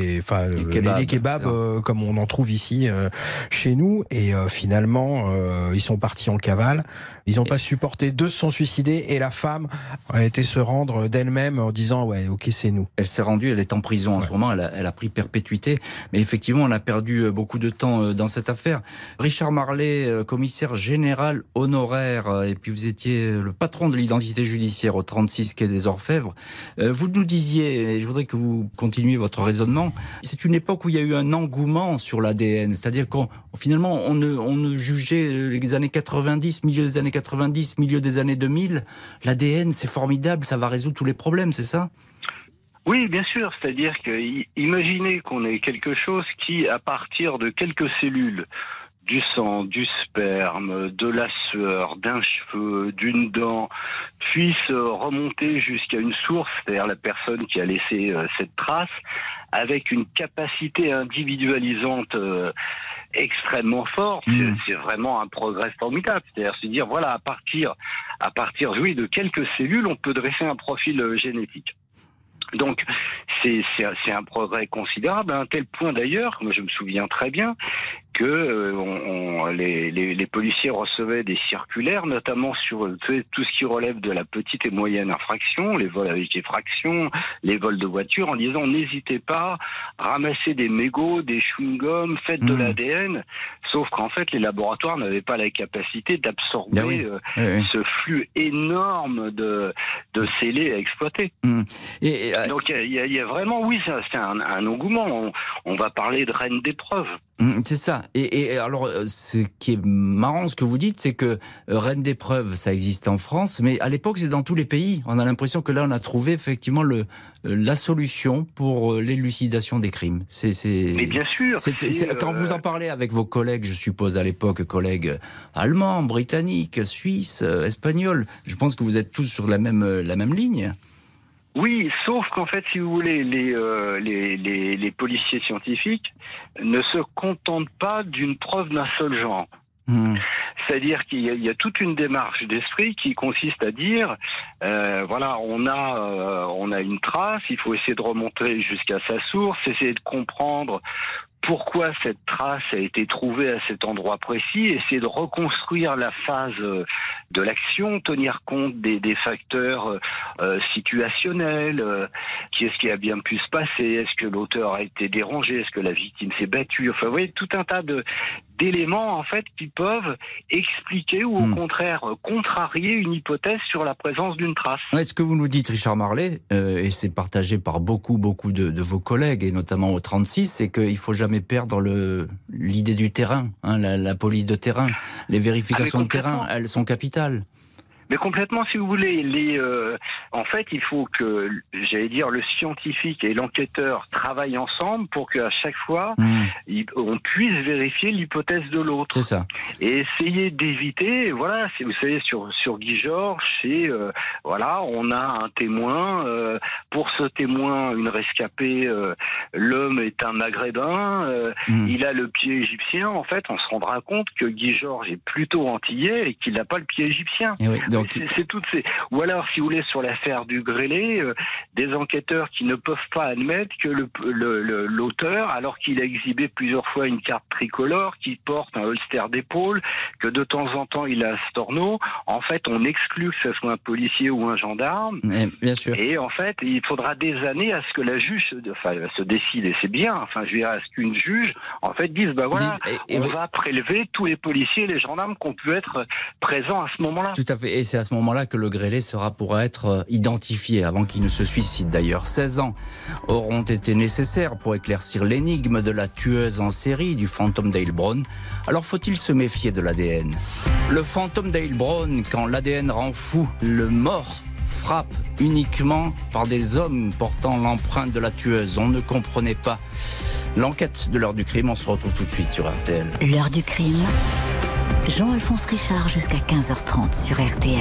kebabs comme on en trouve ici chez nous, et finalement ils sont partis en cavale, ils n'ont pas supporté, 2 se sont suicidés, et la femme a été se rendre d'elle-même en disant ouais, ok, c'est nous. Elle s'est rendue, elle est en prison en ce moment, elle a pris perpétuité, mais effectivement on a perdu beaucoup de temps dans cette affaire. Richard Marley, commissaire général honoraire, et puis vous étiez le patron de l'identité judiciaire au 36 quai des Orfèvres. Vous nous disiez, et je voudrais que vous continuiez votre raisonnement, c'est une époque où il y a eu un engouement sur l'ADN, c'est-à-dire finalement on ne jugeait les années 90, milieu des années 90, milieu des années 2000, l'ADN c'est formidable, ça va résoudre tous les problèmes, c'est ça ? Oui, bien sûr. C'est-à-dire que imaginez qu'on ait quelque chose qui, à partir de quelques cellules, du sang, du sperme, de la sueur, d'un cheveu, d'une dent, puisse remonter jusqu'à une source, c'est-à-dire la personne qui a laissé cette trace, avec une capacité individualisante extrêmement forte. C'est vraiment un progrès formidable. C'est-à-dire se dire, voilà, à partir de quelques cellules, on peut dresser un profil génétique. Donc, c'est un progrès considérable, à un tel point d'ailleurs, moi je me souviens très bien, que les policiers recevaient des circulaires, notamment sur tout ce qui relève de la petite et moyenne infraction, les vols avec effraction, les vols de voitures, en disant n'hésitez pas, ramassez des mégots, des chewing-gums, faites de l'ADN, sauf qu'en fait les laboratoires n'avaient pas la capacité d'absorber ce flux énorme de scellés à exploiter. Donc il y a vraiment, oui, c'est un engouement, on va parler de reine d'épreuve. C'est ça. Et alors, ce qui est marrant, ce que vous dites, c'est que reine d'épreuve, ça existe en France, mais à l'époque, c'est dans tous les pays. On a l'impression que là, on a trouvé effectivement la solution pour l'élucidation des crimes. Mais bien sûr. Quand vous en parlez avec vos collègues, je suppose à l'époque, collègues allemands, britanniques, suisses, espagnols, je pense que vous êtes tous sur la même ligne. Oui, sauf qu'en fait, si vous voulez, les policiers scientifiques ne se contentent pas d'une preuve d'un seul genre. C'est-à-dire qu'il y a toute une démarche d'esprit qui consiste à dire, voilà, on a une trace, il faut essayer de remonter jusqu'à sa source, essayer de comprendre pourquoi cette trace a été trouvée à cet endroit précis, essayer de reconstruire la phase de l'action, tenir compte des facteurs situationnels, qu'est-ce qui a bien pu se passer, est-ce que l'auteur a été dérangé, est-ce que la victime s'est battue, enfin vous voyez, tout un tas d'éléments en fait qui peuvent expliquer ou au contraire contrarier une hypothèse sur la présence d'une trace. Ouais, ce que vous nous dites, Richard Marley, et c'est partagé par beaucoup de vos collègues, et notamment au 36, c'est qu'il faut jamais perdre l'idée du terrain, la police de terrain, les vérifications de terrain, elles sont capitales. Mais complètement, si vous voulez, en fait, il faut que, j'allais dire, le scientifique et l'enquêteur travaillent ensemble pour qu'à chaque fois, on puisse vérifier l'hypothèse de l'autre. C'est ça. Et essayer d'éviter, voilà, vous savez, sur Guy Georges, voilà, on a un témoin, pour ce témoin, une rescapée, l'homme est un maghrébin, il a le pied égyptien, en fait, on se rendra compte que Guy Georges est plutôt antillais et qu'il n'a pas le pied égyptien. Et oui. Donc... C'est toutes ces... Ou alors, si vous voulez, sur l'affaire du grêlé, des enquêteurs qui ne peuvent pas admettre que l'auteur, alors qu'il a exhibé plusieurs fois une carte tricolore, qui porte un holster d'épaule, que de temps en temps il a un storno, en fait, on exclut que ce soit un policier ou un gendarme. Bien sûr. Et en fait, il faudra des années à ce que la juge se décide, et c'est bien, enfin, je veux dire, à ce qu'une juge, en fait, dise, bah voilà, on va prélever tous les policiers et les gendarmes qui ont pu être présents à ce moment-là. Tout à fait. Et c'est à ce moment-là que le grêlé pourra être identifié, avant qu'il ne se suicide d'ailleurs. 16 ans auront été nécessaires pour éclaircir l'énigme de la tueuse en série du fantôme d'Heilbronn. Alors faut-il se méfier de l'ADN ? Le fantôme d'Heilbronn, quand l'ADN rend fou, le mort frappe uniquement par des hommes portant l'empreinte de la tueuse. On ne comprenait pas. L'enquête de l'heure du crime, on se retrouve tout de suite sur RTL. L'heure du crime, Jean-Alphonse Richard jusqu'à 15h30 sur RTL.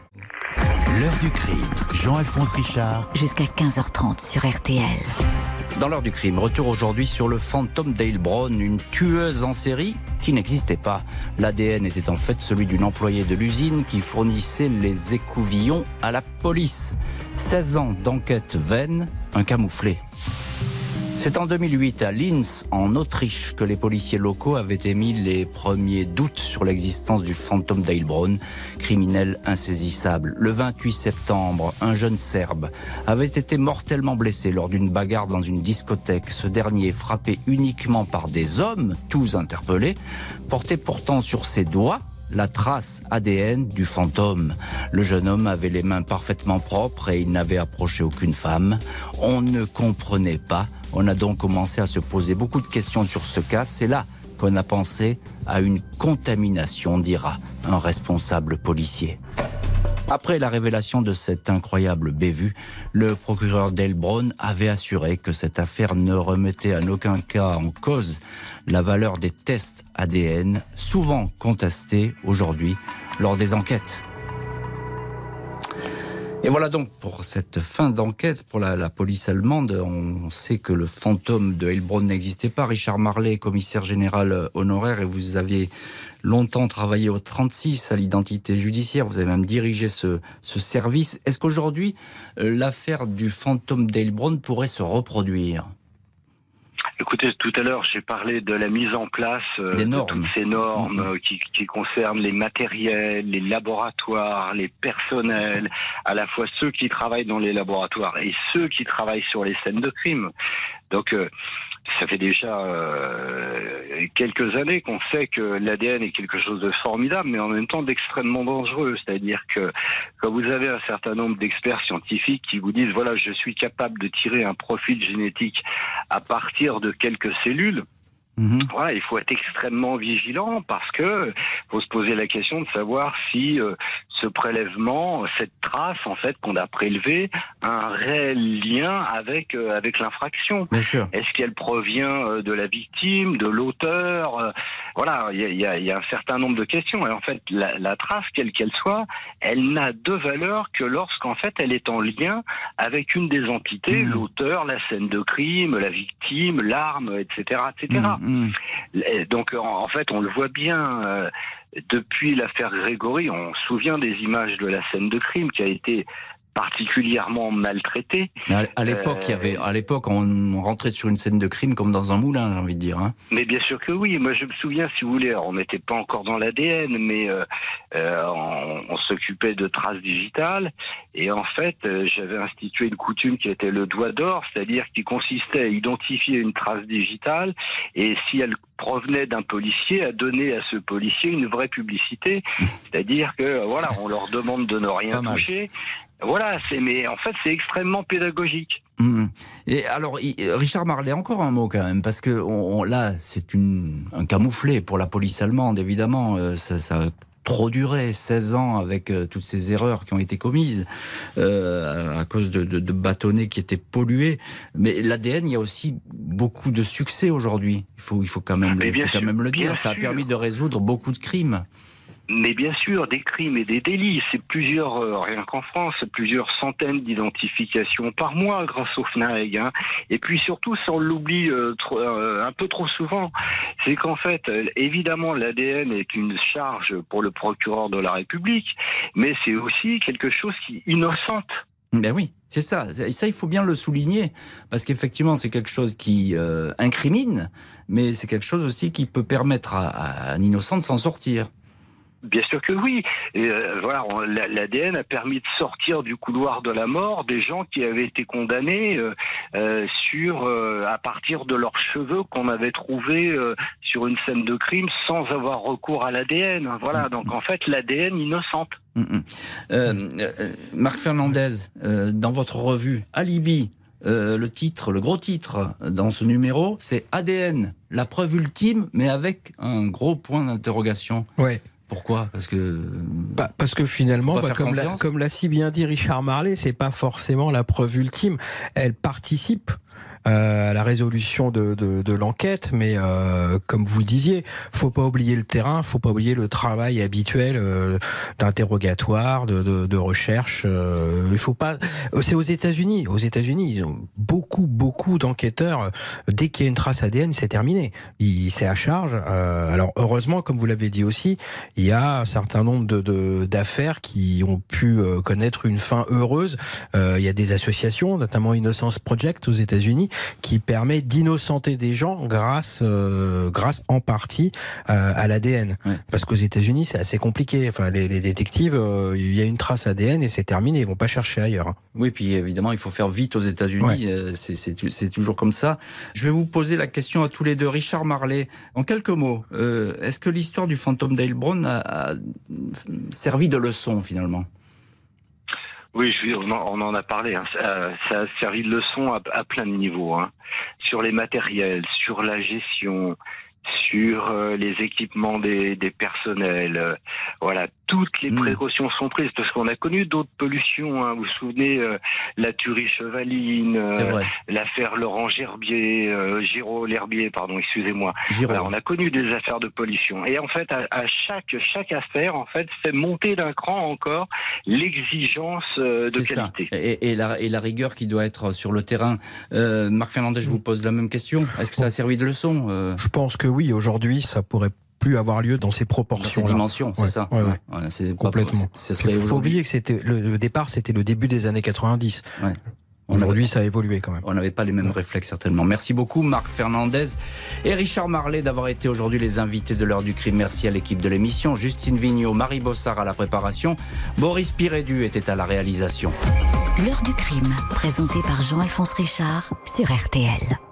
L'heure du crime, Jean-Alphonse Richard jusqu'à 15h30 sur RTL. Dans l'heure du crime, retour aujourd'hui sur le fantôme d'Heilbronn, une tueuse en série qui n'existait pas. L'ADN était en fait celui d'une employée de l'usine qui fournissait les écouvillons à la police. 16 ans d'enquête vaine, un camouflé. C'est en 2008, à Linz, en Autriche, que les policiers locaux avaient émis les premiers doutes sur l'existence du fantôme d'Heilbronn, criminel insaisissable. Le 28 septembre, un jeune Serbe avait été mortellement blessé lors d'une bagarre dans une discothèque. Ce dernier, frappé uniquement par des hommes, tous interpellés, portait pourtant sur ses doigts la trace ADN du fantôme. Le jeune homme avait les mains parfaitement propres et il n'avait approché aucune femme. On ne comprenait pas. On a donc commencé à se poser beaucoup de questions sur ce cas. C'est là qu'on a pensé à une contamination, dira un responsable policier. Après la révélation de cette incroyable bévue, le procureur d'Heilbronn avait assuré que cette affaire ne remettait en aucun cas en cause la valeur des tests ADN, souvent contestés aujourd'hui lors des enquêtes. Et voilà donc pour cette fin d'enquête pour la police allemande. On sait que le fantôme de Heilbronn n'existait pas. Richard Marlet, commissaire général honoraire, et vous aviez longtemps travaillé au 36 à l'identité judiciaire. Vous avez même dirigé ce service. Est-ce qu'aujourd'hui, l'affaire du fantôme d'Heilbronn pourrait se reproduire ? Écoutez, tout à l'heure, j'ai parlé de la mise en place de toutes ces normes qui concernent les matériels, les laboratoires, les personnels, à la fois ceux qui travaillent dans les laboratoires et ceux qui travaillent sur les scènes de crime. Donc, ça fait déjà quelques années qu'on sait que l'ADN est quelque chose de formidable, mais en même temps d'extrêmement dangereux. C'est-à-dire que quand vous avez un certain nombre d'experts scientifiques qui vous disent « voilà, je suis capable de tirer un profil génétique à partir de quelques cellules », voilà, il faut être extrêmement vigilant parce que faut se poser la question de savoir si ce prélèvement, cette trace en fait qu'on a prélevée, a un réel lien avec l'infraction. Bien sûr. Est-ce qu'elle provient de la victime, de l'auteur Voilà, il y a un certain nombre de questions. Et en fait, la trace, quelle qu'elle soit, elle n'a de valeur que lorsqu'en fait elle est en lien avec une des entités, l'auteur, la scène de crime, la victime, l'arme, etc., etc. Donc en fait, on le voit bien depuis l'affaire Grégory. On se souvient des images de la scène de crime qui a été particulièrement maltraitée. À l'époque, on rentrait sur une scène de crime comme dans un moulin, j'ai envie de dire. Hein. Mais bien sûr que oui. Moi, je me souviens, si vous voulez, on n'était pas encore dans l'ADN, mais on s'occupait de traces digitales. Et en fait, j'avais institué une coutume qui était le doigt d'or, c'est-à-dire qui consistait à identifier une trace digitale et si elle provenait d'un policier, à donner à ce policier une vraie publicité. C'est-à-dire que, voilà, on leur demande de ne rien toucher. Voilà, mais en fait, c'est extrêmement pédagogique. Et alors, Richard Marlet, encore un mot quand même, parce que là, c'est un camouflet pour la police allemande, évidemment. Ça a trop duré, 16 ans, avec toutes ces erreurs qui ont été commises à cause de bâtonnets qui étaient pollués. Mais l'ADN, il y a aussi beaucoup de succès aujourd'hui. Il faut quand même le dire. Ça a permis de résoudre beaucoup de crimes. Mais bien sûr, des crimes et des délits, c'est plusieurs, rien qu'en France, plusieurs centaines d'identifications par mois grâce au FNAEG. Hein. Et puis surtout, ça on l'oublie un peu trop souvent, c'est qu'en fait, évidemment, l'ADN est une charge pour le procureur de la République, mais c'est aussi quelque chose qui innocente. Ben oui, c'est ça. Et ça, il faut bien le souligner, parce qu'effectivement, c'est quelque chose qui incrimine, mais c'est quelque chose aussi qui peut permettre à un innocent de s'en sortir. Bien sûr que oui. Et voilà, l'ADN a permis de sortir du couloir de la mort des gens qui avaient été condamnés à partir de leurs cheveux qu'on avait trouvés sur une scène de crime sans avoir recours à l'ADN. Voilà, donc en fait, l'ADN innocente. Marc Fernandez, dans votre revue Alibi, le gros titre dans ce numéro, c'est ADN, la preuve ultime, mais avec un gros point d'interrogation. Ouais. Pourquoi ? Parce que finalement, comme l'a si bien dit Richard Marlet, c'est pas forcément la preuve ultime. Elle participe à la résolution de l'enquête, mais comme vous le disiez, faut pas oublier le terrain, faut pas oublier le travail habituel d'interrogatoire, de recherche. Il faut pas. C'est aux États-Unis. Aux États-Unis, ils ont beaucoup d'enquêteurs. Dès qu'il y a une trace ADN, c'est terminé. C'est à charge. Alors heureusement, comme vous l'avez dit aussi, il y a un certain nombre d'affaires qui ont pu connaître une fin heureuse. Il y a des associations, notamment Innocence Project aux États-Unis, qui permet d'innocenter des gens grâce en partie à l'ADN. Ouais. Parce qu'aux États-Unis, c'est assez compliqué. Enfin, les détectives, il y a une trace ADN et c'est terminé. Ils vont pas chercher ailleurs. Oui, puis évidemment, il faut faire vite aux États-Unis. Ouais. C'est toujours comme ça. Je vais vous poser la question à tous les deux. Richard Marley, en quelques mots, est-ce que l'histoire du fantôme d'Hale Brown a servi de leçon finalement ? Oui, on en a parlé. Hein. Ça a servi de leçon à plein de niveaux. Hein. Sur les matériels, sur la gestion, sur les équipements des personnels. Voilà, toutes les précautions sont prises parce qu'on a connu d'autres pollutions. Hein. Vous vous souvenez, la tuerie chevaline, l'affaire Laurent Gerbier, L'Herbier, pardon, excusez-moi. Voilà, on a connu des affaires de pollution. Et en fait, à chaque affaire, en fait, fait monter d'un cran encore l'exigence de qualité. Et la rigueur qui doit être sur le terrain. Marc Fernandez, je vous pose la même question. Est-ce que ça a servi de leçon Je pense que oui. Aujourd'hui, ça pourrait plus avoir lieu dans ces proportions. Dans ces dimensions, c'est ça. Ouais. C'est complètement. Il faut pas oublier que c'était le départ, c'était le début des années 90. Ouais. Aujourd'hui, ça a évolué quand même. On n'avait pas les mêmes réflexes, certainement. Merci beaucoup, Marc Fernandez et Richard Marley, d'avoir été aujourd'hui les invités de l'heure du crime. Merci à l'équipe de l'émission. Justine Vignot, Marie Bossard à la préparation. Boris Pirédu était à la réalisation. L'heure du crime, présentée par Jean-Alphonse Richard sur RTL.